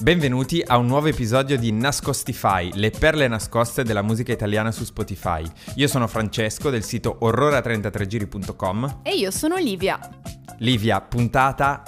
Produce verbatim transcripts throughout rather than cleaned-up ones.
Benvenuti a un nuovo episodio di Nascostify, le perle nascoste della musica italiana su Spotify. Io sono Francesco del sito orrore a trentatré giri punto com. E io sono Livia. Livia, puntata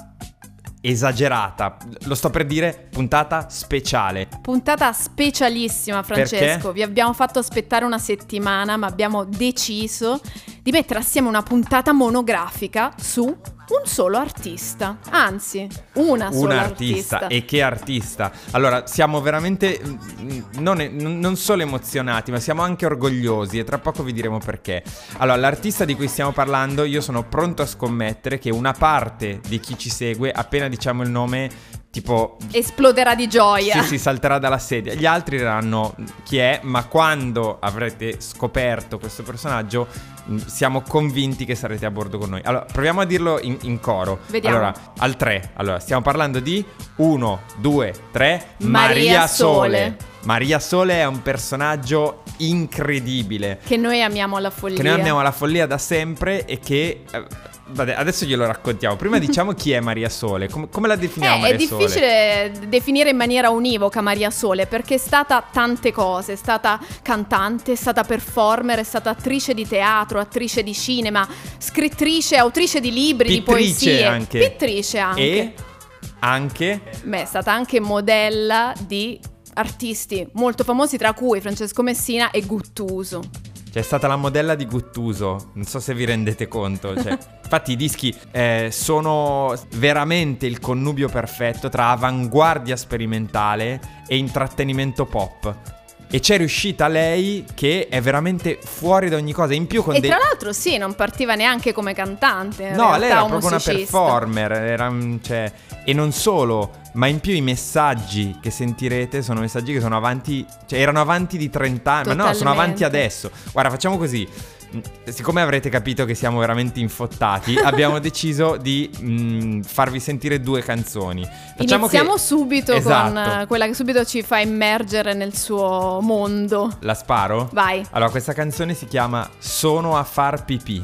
esagerata, lo sto per dire, puntata speciale. Puntata specialissima, Francesco. Perché? Vi abbiamo fatto aspettare una settimana, ma abbiamo deciso di mettere assieme una puntata monografica su un solo artista. Anzi, una sola Un artista. artista. E che artista? Allora, siamo veramente non, non solo emozionati, ma siamo anche orgogliosi e tra poco vi diremo perché. Allora, l'artista di cui stiamo parlando, io sono pronto a scommettere che una parte di chi ci segue, appena diciamo il nome, tipo esploderà di gioia. Sì, si salterà dalla sedia. Gli altri diranno chi è, ma quando avrete scoperto questo personaggio siamo convinti che sarete a bordo con noi. Allora, proviamo a dirlo in, in coro. Vediamo. Allora, al tre. Allora, stiamo parlando di uno, due, tre. Maria Maria Sole. Sole. Maria Sole è un personaggio incredibile, Che noi amiamo alla follia. che noi amiamo alla follia da sempre e che... eh, Vabbè, adesso glielo raccontiamo. Prima diciamo chi è Maria Sole. Com- come la definiamo Eh, Maria è difficile Sole? definire in maniera univoca Maria Sole, perché è stata tante cose. È stata cantante, è stata performer, è stata attrice di teatro, attrice di cinema, scrittrice, autrice di libri, di Pittrice poesie. anche. Pittrice anche. E anche... Beh, è stata anche modella di artisti molto famosi, tra cui Francesco Messina e Guttuso. C'è stata la modella di Guttuso, non so se vi rendete conto, cioè, infatti i dischi eh, sono veramente il connubio perfetto tra avanguardia sperimentale e intrattenimento pop. E c'è riuscita lei che è veramente fuori da ogni cosa, in più con E dei... tra l'altro sì, non partiva neanche come cantante, in No, realtà, lei era un proprio una musicista. performer, era, cioè, e non solo, ma in più i messaggi che sentirete sono messaggi che sono avanti, cioè erano avanti di trenta anni, ma no, sono avanti Totalmente. adesso. Guarda, facciamo così, siccome avrete capito che siamo veramente infottati, abbiamo deciso di mh, farvi sentire due canzoni. Facciamo Iniziamo che... subito Esatto. con eh, quella che subito ci fa immergere nel suo mondo. La sparo? Vai. Allora, questa canzone si chiama Sono a far pipì.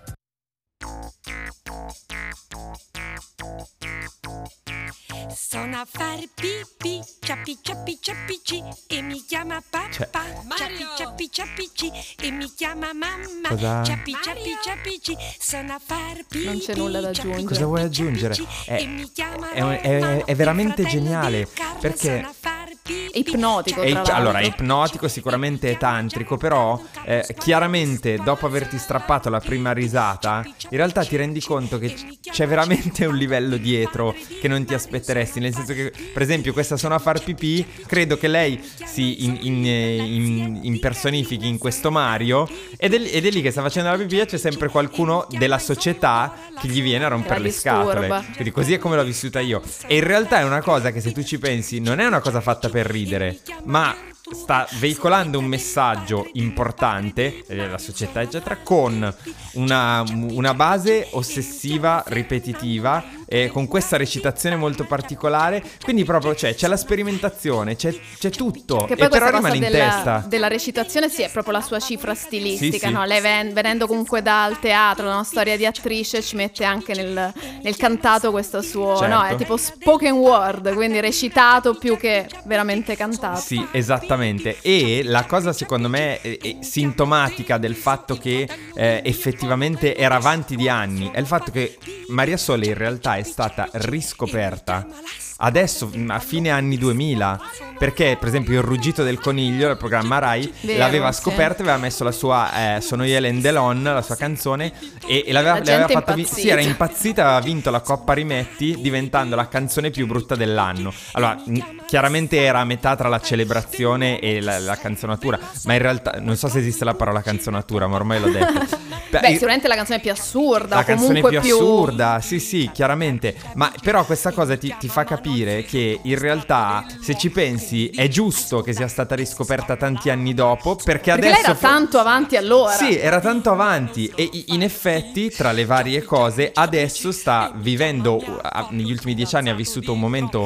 Sono a fare pipì, ciappi ciappi ciappici e mi chiama papà. Cioè- Ciappi ciappi ciappici e mi chiama mamma. Cosa- Ciappi ciappi ciappici, sono a fare pipì. Non c'è nulla da ciappi, aggiungere. Cosa vuoi ciappi, aggiungere? ciappici È- e mi chiama è un- è- mamma. è veramente Il fratello geniale, di Carlo, perché- sono a fare pipì. È ipnotico, È tra ip- allora, è l'altro. ipnotico, sicuramente è tantrico, però eh, chiaramente dopo averti strappato la prima risata, in realtà ti rendi conto che c- c'è veramente un livello dietro che non ti aspetteresti, nel senso che, per esempio, questa Sono a far pipì, credo che lei si in- in- eh, in- impersonifichi in questo Mario ed è, ed è lì che sta facendo la pipì e c'è sempre qualcuno della società che gli viene a rompere La le disturba. scatole. Quindi così è come l'ho vissuta io. E in realtà è una cosa che, se tu ci pensi, non è una cosa fatta per ridere, ma sta veicolando un messaggio importante della società, eccetera, con una, una base ossessiva, ripetitiva, e con questa recitazione molto particolare. Quindi proprio c'è, c'è la sperimentazione, c'è, c'è tutto. Che poi E però questa cosa rimane in della, testa. della recitazione sì, è proprio la sua cifra stilistica, Sì, sì. no? Lei ven- venendo comunque dal teatro, da una storia di attrice, ci mette anche nel, nel cantato questo suo, Certo. no? È tipo spoken word, quindi recitato più che veramente cantato. Sì, esattamente. E la cosa secondo me è, è sintomatica del fatto che eh, effettivamente era avanti di anni è il fatto che Maria Sole in realtà è stata riscoperta adesso, a fine anni duemila, perché per esempio Il ruggito del coniglio, il programma Rai, Vero, l'aveva sì. scoperta, aveva messo la sua eh, Sono io Ellen Delon, la sua canzone, e, e l'aveva, La le aveva gente fatta vi- impazzita. sì, era impazzita, aveva vinto la Coppa Rimetti diventando la canzone più brutta dell'anno. Allora, mh, chiaramente era a metà tra la celebrazione e la, la canzonatura, ma in realtà non so se esiste la parola canzonatura, ma ormai l'ho detto. Beh, sicuramente la canzone più assurda, La o canzone comunque più assurda, sì sì, chiaramente. Ma però questa cosa ti, ti fa capire che in realtà, se ci pensi, è giusto che sia stata riscoperta tanti anni dopo, perché, Perché adesso lei era fo- tanto avanti allora. Sì, era tanto avanti. E i- in effetti, tra le varie cose, adesso sta vivendo, ha- negli ultimi dieci anni ha vissuto un momento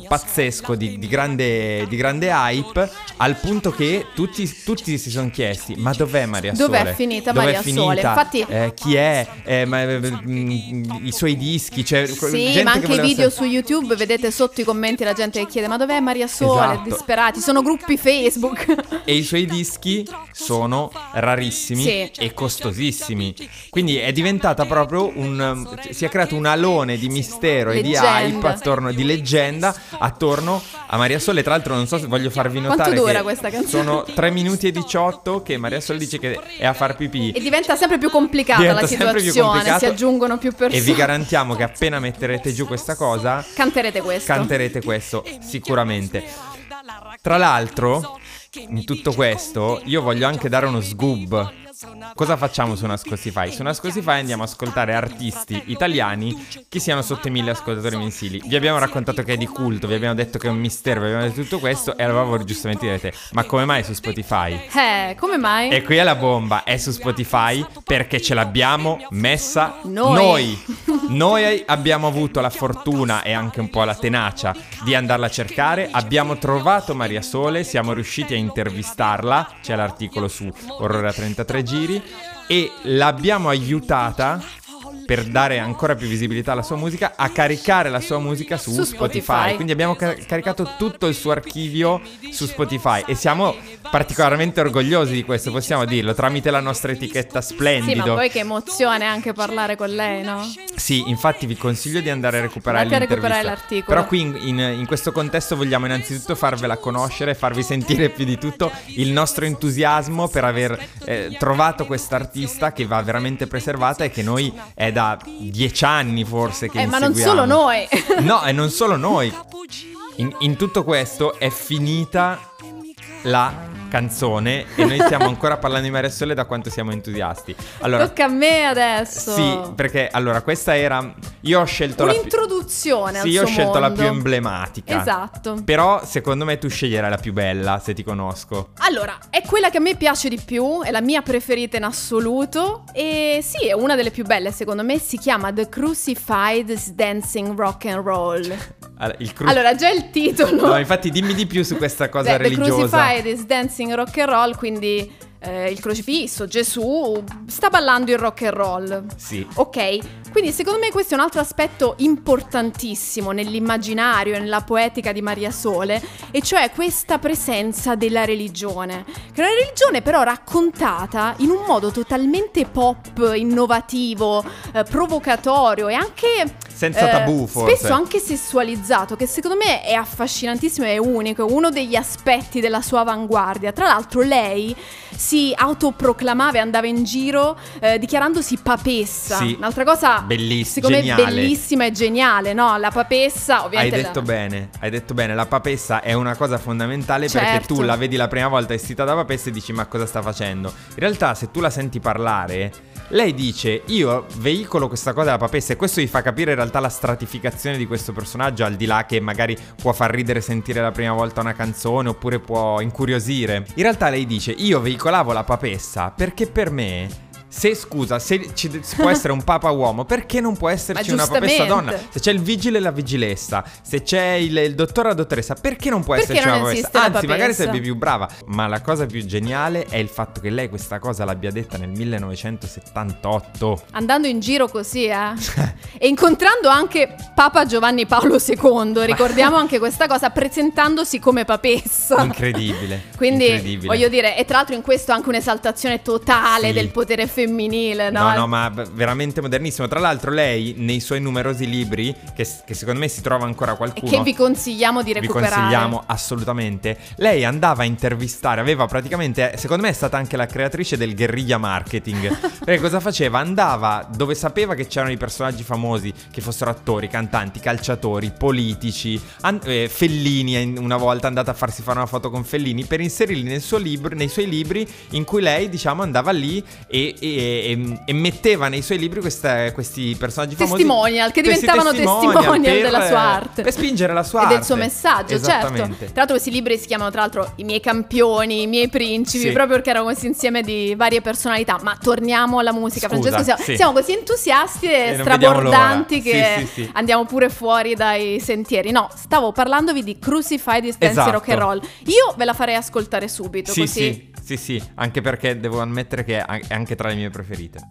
pazzesco di, di, grande, di grande hype, al punto che tutti, tutti si sono chiesti: ma dov'è Maria Sole? Dov'è finita Dov'è Maria finita? Sole? Infatti, eh, chi è? Eh, ma, mh, i suoi dischi, cioè, sì, gente ma che anche i voleva video essere... su YouTube, vedete sotto i commenti la gente che chiede: ma dov'è Maria Sole? Esatto. Disperati, sono gruppi Facebook. E i suoi dischi sono rarissimi Sì. e costosissimi. Quindi è diventata proprio un... si è creato un alone di mistero e di Leggenda. hype attorno, di leggenda attorno a Maria Sole. Tra l'altro non so se voglio farvi notare Quanto dura che questa canzone? sono tre minuti e diciotto che Maria Sole dice che è a far pipì. E diventa sempre più complicata Diventa la sempre più situazione, complicato. si aggiungono più persone. E vi garantiamo che appena metterete giù questa cosa, Canterete questo. canterete questo sicuramente. Tra l'altro, in tutto questo, io voglio anche dare uno sgoob. Cosa facciamo su Nascosify? Su Nascosify andiamo ad ascoltare artisti italiani che siano sotto i mille ascoltatori mensili. Vi abbiamo raccontato che è di culto, vi abbiamo detto che è un mistero, vi abbiamo detto tutto questo, e allora voi giustamente direte: ma come mai su Spotify? Eh, come mai? E qui è la bomba, è su Spotify perché ce l'abbiamo messa Noi. noi. Noi abbiamo avuto la fortuna e anche un po' la tenacia di andarla a cercare. Abbiamo trovato Maria Sole, siamo riusciti a intervistarla, c'è l'articolo su Orrore a trentatré giri, e l'abbiamo aiutata, per dare ancora più visibilità alla sua musica, a caricare la sua musica su, Su Spotify. Spotify. Quindi abbiamo ca- caricato tutto il suo archivio su Spotify e siamo particolarmente orgogliosi di questo, possiamo dirlo, tramite la nostra etichetta Sì, Splendido. ma poi che emozione anche parlare con lei, no? Sì, infatti vi consiglio di andare a recuperare Andate a l'intervista. recuperare l'articolo. Però qui in, in, in questo contesto vogliamo innanzitutto farvela conoscere, farvi sentire più di tutto il nostro entusiasmo per aver eh, trovato quest'artista che va veramente preservata e che noi è da dieci anni forse che Eh, ma non inseguiamo. solo noi. No, e non solo noi. In, in tutto questo è finita la canzone e noi stiamo ancora parlando di Maria Sole da quanto siamo entusiasti. Allora, Tocca a me adesso. sì, perché allora questa era... Io ho scelto la... pi- Un'introduzione al Sì, io ho suo scelto la mondo. più emblematica. Esatto. Però secondo me tu sceglierai la più bella, se ti conosco. Allora, è quella che a me piace di più, è la mia preferita in assoluto. E sì, è una delle più belle secondo me. Si chiama The Crucified Dancing Rock and Roll. Allora, il cru- Allora, già il titolo. No, infatti dimmi di più su questa cosa Beh, The religiosa. Crucified is Dancing Rock and Roll, quindi eh, il crocifisso, Gesù, sta ballando il rock and roll. Sì. Ok, quindi secondo me questo è un altro aspetto importantissimo nell'immaginario e nella poetica di Maria Sole, e cioè questa presenza della religione, che è una religione però raccontata in un modo totalmente pop, innovativo, eh, provocatorio e anche... Senza eh, tabù, forse. Spesso anche sessualizzato, che secondo me è affascinantissimo e è unico, è uno degli aspetti della sua avanguardia. Tra l'altro lei si autoproclamava e andava in giro eh, dichiarandosi papessa. Sì. Un'altra cosa Belliss- secondo geniale. me bellissima e geniale, no? La papessa Hai ovviamente detto la... bene, hai detto bene, la papessa è una cosa fondamentale, perché Certo. tu la vedi la prima volta vestita da papessa e dici: ma cosa sta facendo? In realtà se tu la senti parlare, lei dice: io veicolo questa cosa della papessa, e questo vi fa capire in realtà la stratificazione di questo personaggio, al di là che magari può far ridere sentire la prima volta una canzone oppure può incuriosire. In realtà lei dice: io veicolavo la papessa perché per me... Se scusa, se ci ci può essere un papa uomo, perché non può esserci Ma una papessa giustamente. donna? Se c'è il vigile e la vigilessa, se c'è il, il dottore e la dottoressa, perché non può Perché esserci non una esiste papessa? la Anzi, magari papessa? sarebbe più brava. Ma la cosa più geniale è il fatto che lei questa cosa l'abbia detta nel millenovecentosettantotto. Andando in giro così, eh? E incontrando anche Papa Giovanni Paolo secondo, ricordiamo anche questa cosa, presentandosi come papessa. Incredibile. Quindi, incredibile. voglio dire, e tra l'altro in questo anche un'esaltazione totale Sì. del potere femminile, no? No, no, ma b- veramente modernissimo. Tra l'altro lei, nei suoi numerosi libri, che, s- che secondo me si trova ancora E qualcuno, che vi consigliamo di vi recuperare. consigliamo assolutamente. Lei andava a intervistare, aveva praticamente, secondo me è stata anche la creatrice del guerriglia marketing. Perché cosa faceva? Andava dove sapeva che c'erano i personaggi famosi, che fossero attori, cantanti, calciatori, politici. An- eh, Fellini è una volta andata a farsi fare una foto con Fellini per inserirli nel suo libro, nei suoi libri, in cui lei, diciamo, andava lì e, e, e, e metteva nei suoi libri questa, questi personaggi famosi, testimonial, che diventavano testimonial per, della sua arte, per spingere la sua e arte del suo messaggio, certo. Tra l'altro questi libri si chiamano tra l'altro I miei campioni, I miei principi, sì, proprio perché erano questo insieme di varie personalità. Ma torniamo alla musica. Scusa, Francesco, siamo, sì. siamo così entusiasti e, e strabordanti che sì, sì, sì. andiamo pure fuori dai sentieri. No, stavo parlandovi di Crucified is Dance esatto. Rock and Roll. Io ve la farei ascoltare subito, sì, così. Sì, sì, sì, anche perché devo ammettere che è anche tra le mie preferite.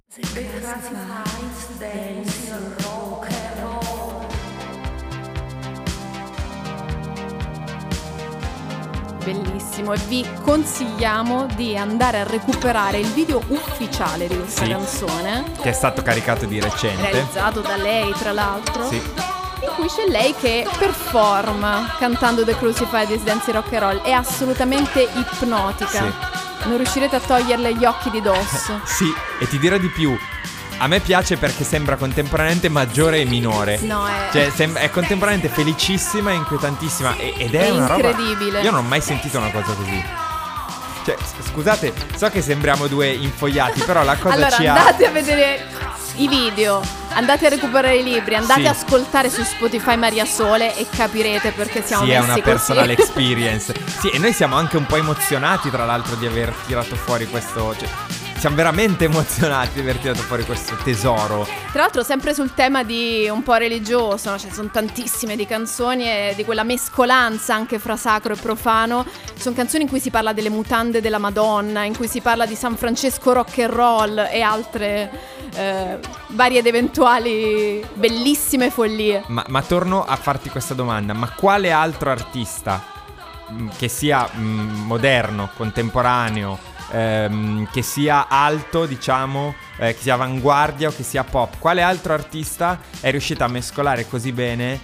Bellissimo, e vi consigliamo di andare a recuperare il video ufficiale di questa sì, canzone, che è stato caricato di recente, realizzato da lei tra l'altro, sì, in cui c'è lei che performa cantando The Crucified is Dance Rock and Roll. È assolutamente ipnotica, sì, non riuscirete a toglierle gli occhi di dosso. Sì, e ti dirò di più, a me piace perché sembra contemporaneamente maggiore e minore. No, è... Cioè, sem- è contemporaneamente felicissima e inquietantissima. E- ed è, è una roba incredibile. Io non ho mai sentito una cosa così. Cioè, s- scusate, so che sembriamo due infogliati, però la cosa allora, ci andate ha... a vedere i video, andate a recuperare i libri, andate sì, a ascoltare su Spotify Maria Sole e capirete perché siamo sì, messi è una così. personal experience. Sì, e noi siamo anche un po' emozionati, tra l'altro, di aver tirato fuori questo... Cioè, siamo veramente emozionati di aver tirato fuori questo tesoro. Tra l'altro sempre sul tema di un po' religioso, no? Cioè sono tantissime di canzoni e di quella mescolanza anche fra sacro e profano. Sono canzoni in cui si parla delle mutande della Madonna, in cui si parla di San Francesco rock and roll e altre eh, varie ed eventuali bellissime follie. Ma, ma torno a farti questa domanda, ma quale altro artista mh, che sia mh, moderno, contemporaneo, Ehm, che sia alto, diciamo, eh, che sia avanguardia o che sia pop, quale altro artista è riuscito a mescolare così bene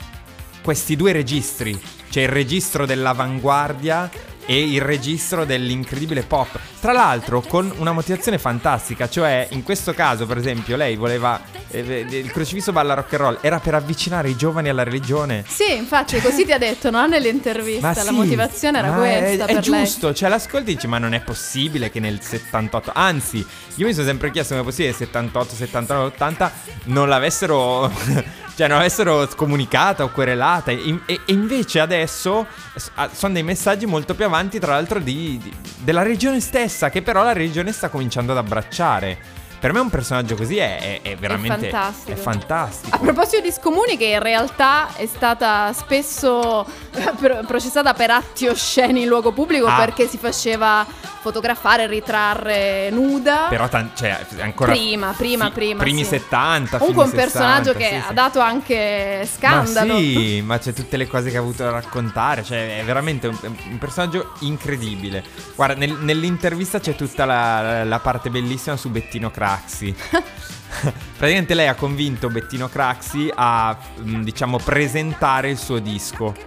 questi due registri, cioè il registro dell'avanguardia e il registro dell'incredibile pop, tra l'altro con una motivazione fantastica, cioè in questo caso per esempio lei voleva eh, il crocifisso balla rock and roll era per avvicinare i giovani alla religione. Sì, infatti così ti ha detto, no? Nell'intervista ma la sì, motivazione era questa, è, è per giusto, lei. Cioè l'ascolti e dici ma non è possibile che nel settantotto, anzi io mi sono sempre chiesto come è possibile che settantotto, settantanove, ottanta non l'avessero cioè non l'avessero scomunicata o querelata, e, e, e invece adesso sono dei messaggi molto più avanti, tra l'altro di, di, della religione stessa, che però la religione sta cominciando ad abbracciare. Per me un personaggio così è, è, è veramente è fantastico. è fantastico. A proposito di scomuni, che in realtà è stata spesso processata per atti osceni in luogo pubblico, ah, perché si faceva fotografare, ritrarre nuda. Però tan- cioè, ancora prima, prima, fi- prima primi sì. settanta, comunque fini un personaggio sessanta, che sì, ha sì. dato anche scandalo. Ma sì, ma c'è tutte le cose che ha avuto da raccontare, cioè è veramente un, un personaggio incredibile. Guarda, nel, nell'intervista c'è tutta la, la parte bellissima su Bettino Craxi. Praticamente lei ha convinto Bettino Craxi a, diciamo, presentare il suo disco.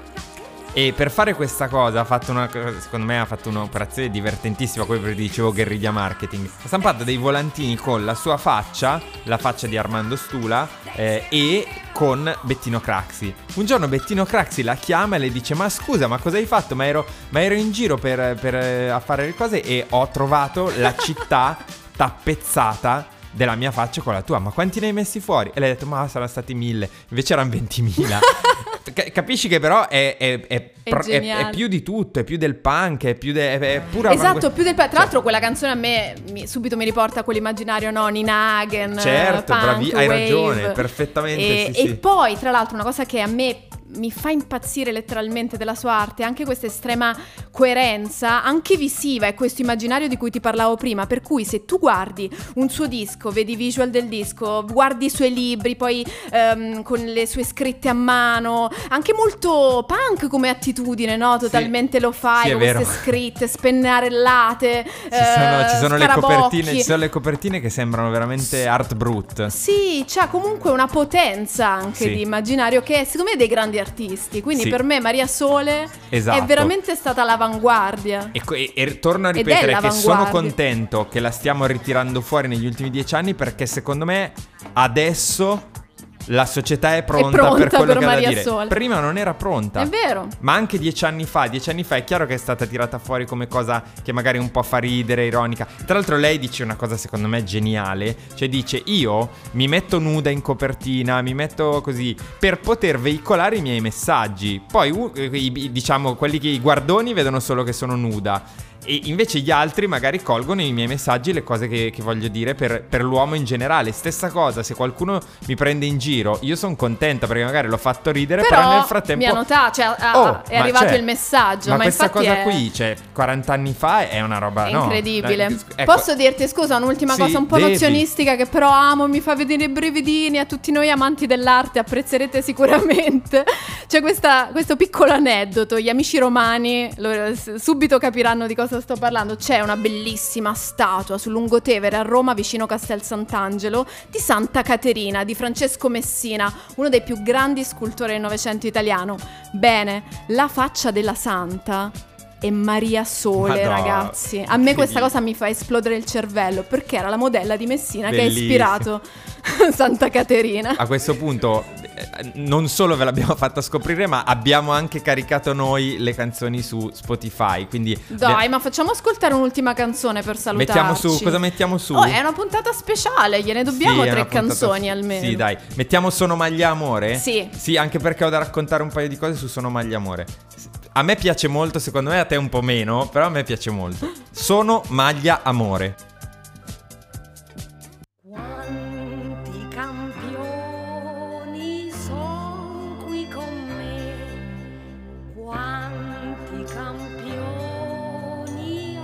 E per fare questa cosa ha fatto una, secondo me ha fatto un'operazione divertentissima, come vi dicevo, guerriglia marketing. Ha stampato dei volantini con la sua faccia, la faccia di Armando Stula, eh, e con Bettino Craxi. Un giorno Bettino Craxi la chiama e le dice: ma scusa, ma cosa hai fatto? Ma ero, ma ero in giro per, per eh, a fare le cose e ho trovato la città tappezzata della mia faccia con la tua. Ma quanti ne hai messi fuori? E lei ha detto: ma saranno stati mille. Invece erano ventimila. Capisci che però è, è, è, È pro- è, geniale. è più di tutto, è più del punk, è più de- è pura Esatto, avangu- più del... Tra Cioè, l'altro quella canzone a me mi- subito mi riporta a quell'immaginario, no? Nina Hagen, certo, punk, bravi, hai wave. ragione, perfettamente, E, sì, e sì. poi, tra l'altro, una cosa che a me mi fa impazzire letteralmente della sua arte è anche questa estrema coerenza, anche visiva, è questo immaginario di cui ti parlavo prima, per cui se tu guardi un suo disco, vedi i visual del disco, guardi i suoi libri, poi ehm, con le sue scritte a mano, anche molto punk come attitudine, no? Totalmente lo fai, sì, è con vero. queste scritte spennarellate, Ci sono, eh, ci sono le scarabocchi. copertine, ci sono le copertine che sembrano veramente art brut. Sì, c'ha comunque una potenza anche Sì. di immaginario che è secondo me dei grandi artisti. Quindi Sì. per me Maria Sole Esatto. è veramente stata l'avanguardia. E, co- e- e torno a Ed è ripetere che sono l'avanguardia. contento che la stiamo ritirando fuori negli ultimi dieci anni, perché secondo me adesso la società è pronta, È pronta per quello per che ha da Maria dire. Sole. Prima non era pronta. È vero. Ma anche dieci anni fa, dieci anni fa è chiaro che è stata tirata fuori come cosa che magari un po' fa ridere, ironica. Tra l'altro lei dice una cosa secondo me geniale, cioè dice io mi metto nuda in copertina, mi metto così per poter veicolare i miei messaggi. Poi uh, i, diciamo quelli che i guardoni vedono solo che sono nuda. E invece gli altri magari colgono i miei messaggi, le cose che, che voglio dire per, per l'uomo in generale. Stessa cosa, se qualcuno mi prende in giro, io sono contenta perché magari l'ho fatto ridere, però, però nel frattempo mi ha notato, cioè, ah, Oh, è ma arrivato cioè, il messaggio. Ma, Ma questa infatti cosa è... qui, cioè, quaranta anni fa è una roba È no, incredibile. dai, ecco. Posso dirti, scusa, un'ultima Sì, cosa un po' devi. nozionistica che però amo, mi fa vedere i brividini. A tutti noi amanti dell'arte apprezzerete sicuramente. C'è questa, questo piccolo aneddoto. Gli amici romani lo, s- subito capiranno di cosa sto parlando. C'è una bellissima statua sul Lungotevere a Roma, vicino Castel Sant'Angelo, di Santa Caterina di Francesco Messina, uno dei più grandi scultori del Novecento italiano. Bene, la faccia della santa è Maria Sole, Madonna, ragazzi. A me questa cosa mi fa esplodere il cervello, perché era la modella di Messina che ha Bellissimo. ispirato Santa Caterina. A questo punto eh, non solo ve l'abbiamo fatta scoprire, ma abbiamo anche caricato noi le canzoni su Spotify, quindi Dai, ma facciamo ascoltare un'ultima canzone per salutarci. mettiamo su, cosa mettiamo su? Oh, è una puntata speciale, gliene dobbiamo Sì, è tre una puntata- canzoni almeno. Sì, dai. Mettiamo Sono Maglia Amore? Sì. Sì, anche perché ho da raccontare un paio di cose su Sono Maglia Amore. A me piace molto, secondo me a te un po' meno, però a me piace molto. Sono Maglia Amore. Quanti campioni son qui con me, quanti campioni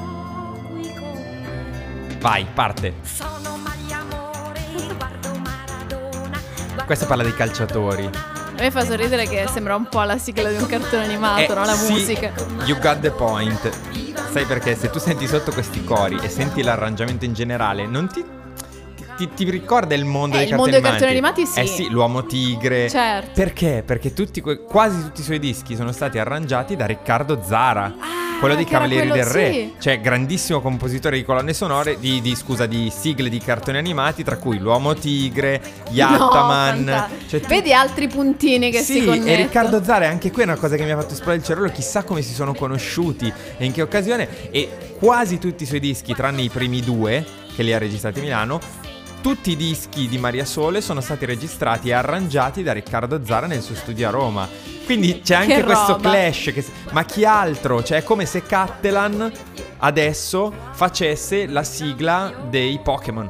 ho qui con me. Vai, parte. Sono Maglia Amore, guardo Maradona. guardo Questa parla dei calciatori. A me fa sorridere che sembra un po' la sigla di un cartone animato, Eh, no? La sì, musica. You got the point. Sai perché? Se tu senti sotto questi cori e senti l'arrangiamento in generale, non ti, ti, ti ricorda il mondo Eh, dei il cartoni mondo dei cartoni animati? animati, sì. Eh sì, l'uomo tigre. Certo. Perché? Perché tutti que- quasi tutti i suoi dischi sono stati arrangiati da Riccardo Zara. Ah, quello dei che era Cavalieri quello- del Re, sì. cioè grandissimo compositore di colonne sonore, di, di scusa, di sigle di cartoni animati, tra cui l'Uomo Tigre, Yattaman. No, fanta- cioè, tu- Vedi altri puntini che sì, si connettono. e Riccardo Zara, anche qui è una cosa che mi ha fatto esplodere il cervello. Chissà come si sono conosciuti e in che occasione. E quasi tutti i suoi dischi, tranne i primi due che li ha registrati a Milano, tutti i dischi di Maria Sole sono stati registrati e arrangiati da Riccardo Zara nel suo studio a Roma. Quindi c'è anche Che questo roba. clash che- Ma chi altro? Cioè è come se Cattelan adesso facesse la sigla dei Pokémon,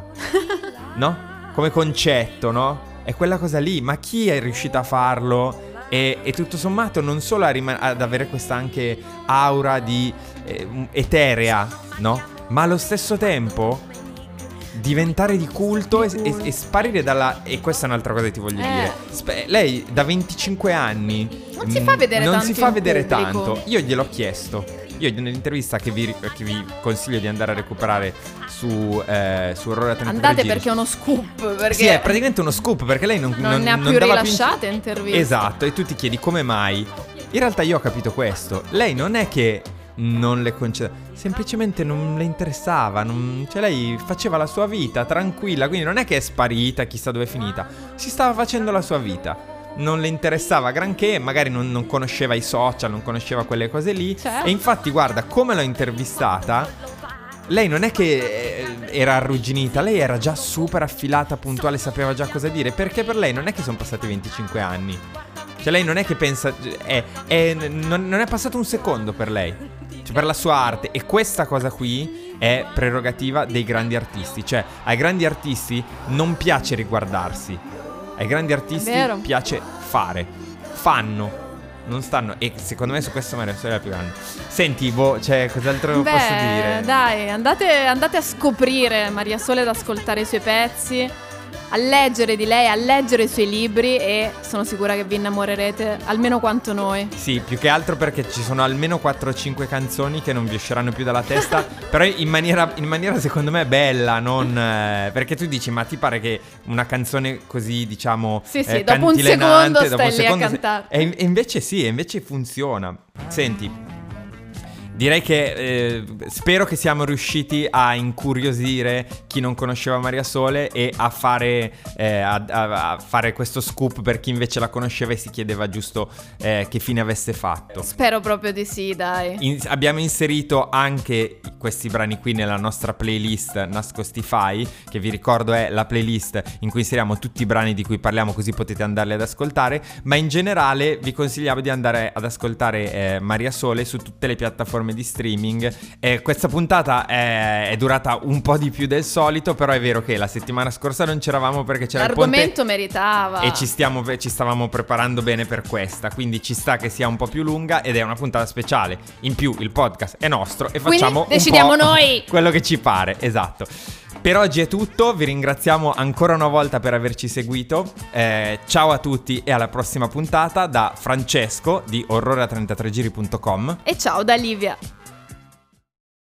no? Come concetto, no? È quella cosa lì. Ma chi è riuscito a farlo? E, e tutto sommato non solo a rima- ad avere questa anche aura di eh, eterea, no? Ma allo stesso tempo diventare di culto e, e- e sparire dalla... E questa è un'altra cosa che ti voglio Eh. dire. Sp- lei da venticinque anni Non si mm, fa vedere non tanto si fa in vedere pubblico. tanto. Io gliel'ho chiesto. Io nell'intervista che vi, che vi consiglio di andare a recuperare su, eh, su Aurora Trentino Andate Giri. perché è uno scoop. Perché Sì, è praticamente uno scoop perché lei non, non ne ha più dava rilasciate interviste. Esatto, e tu ti chiedi come mai. In realtà io ho capito questo. Lei non è che non le concedeva, semplicemente non le interessava, non- cioè lei faceva la sua vita tranquilla, quindi non è che è sparita, chissà dove è finita. Si stava facendo la sua vita. Non le interessava granché, magari non, non conosceva i social, non conosceva quelle cose lì. Certo. E infatti guarda, come l'ho intervistata, lei non è che eh, era arrugginita, lei era già super affilata, puntuale, sapeva già cosa dire, perché per lei non è che sono passati venticinque anni. Cioè lei non è che pensa, è, è- non, non è passato un secondo per lei, cioè per la sua arte. E questa cosa qui è prerogativa dei grandi artisti. Cioè ai grandi artisti non piace riguardarsi, ai grandi artisti Vero. piace fare. Fanno, non stanno. E secondo me su questo Maria Sole è la più grande. Senti, boh, cioè cos'altro Beh, posso dire? dai, andate, andate a scoprire Maria Sole, ad ascoltare i suoi pezzi, a leggere di lei, a leggere i suoi libri, e sono sicura che vi innamorerete almeno quanto noi. Sì, più che altro perché ci sono almeno quattro o cinque canzoni che non vi usciranno più dalla testa. Però in maniera, in maniera secondo me bella, non eh, perché tu dici, ma ti pare che una canzone così, diciamo, Sì, sì, eh, dopo un cantilenante, secondo dopo un stai lì a secondo se- cantare. e, e invece sì, e invece funziona. Senti, direi che eh, spero che siamo riusciti a incuriosire chi non conosceva Maria Sole e a fare, eh, a, a, a fare questo scoop per chi invece la conosceva e si chiedeva giusto eh, che fine avesse fatto. Spero proprio di sì, dai. In, abbiamo inserito anche questi brani qui nella nostra playlist Nascostify, che vi ricordo è la playlist in cui inseriamo tutti i brani di cui parliamo, così potete andarli ad ascoltare, ma in generale vi consigliamo di andare ad ascoltare eh, Maria Sole su tutte le piattaforme di streaming. Eh, questa puntata è, è durata un po' di più del solito, però è vero che la settimana scorsa non c'eravamo perché c'era il ponte. L'argomento meritava. E ci, stiamo, ci stavamo preparando bene per questa, quindi ci sta che sia un po' più lunga ed è una puntata speciale. In più il podcast è nostro e facciamo quindi decidiamo un po' noi quello che ci pare, esatto. Per oggi è tutto, vi ringraziamo ancora una volta per averci seguito, eh, ciao a tutti e alla prossima puntata da Francesco di orrore a trentatré giri punto com e ciao da Livia.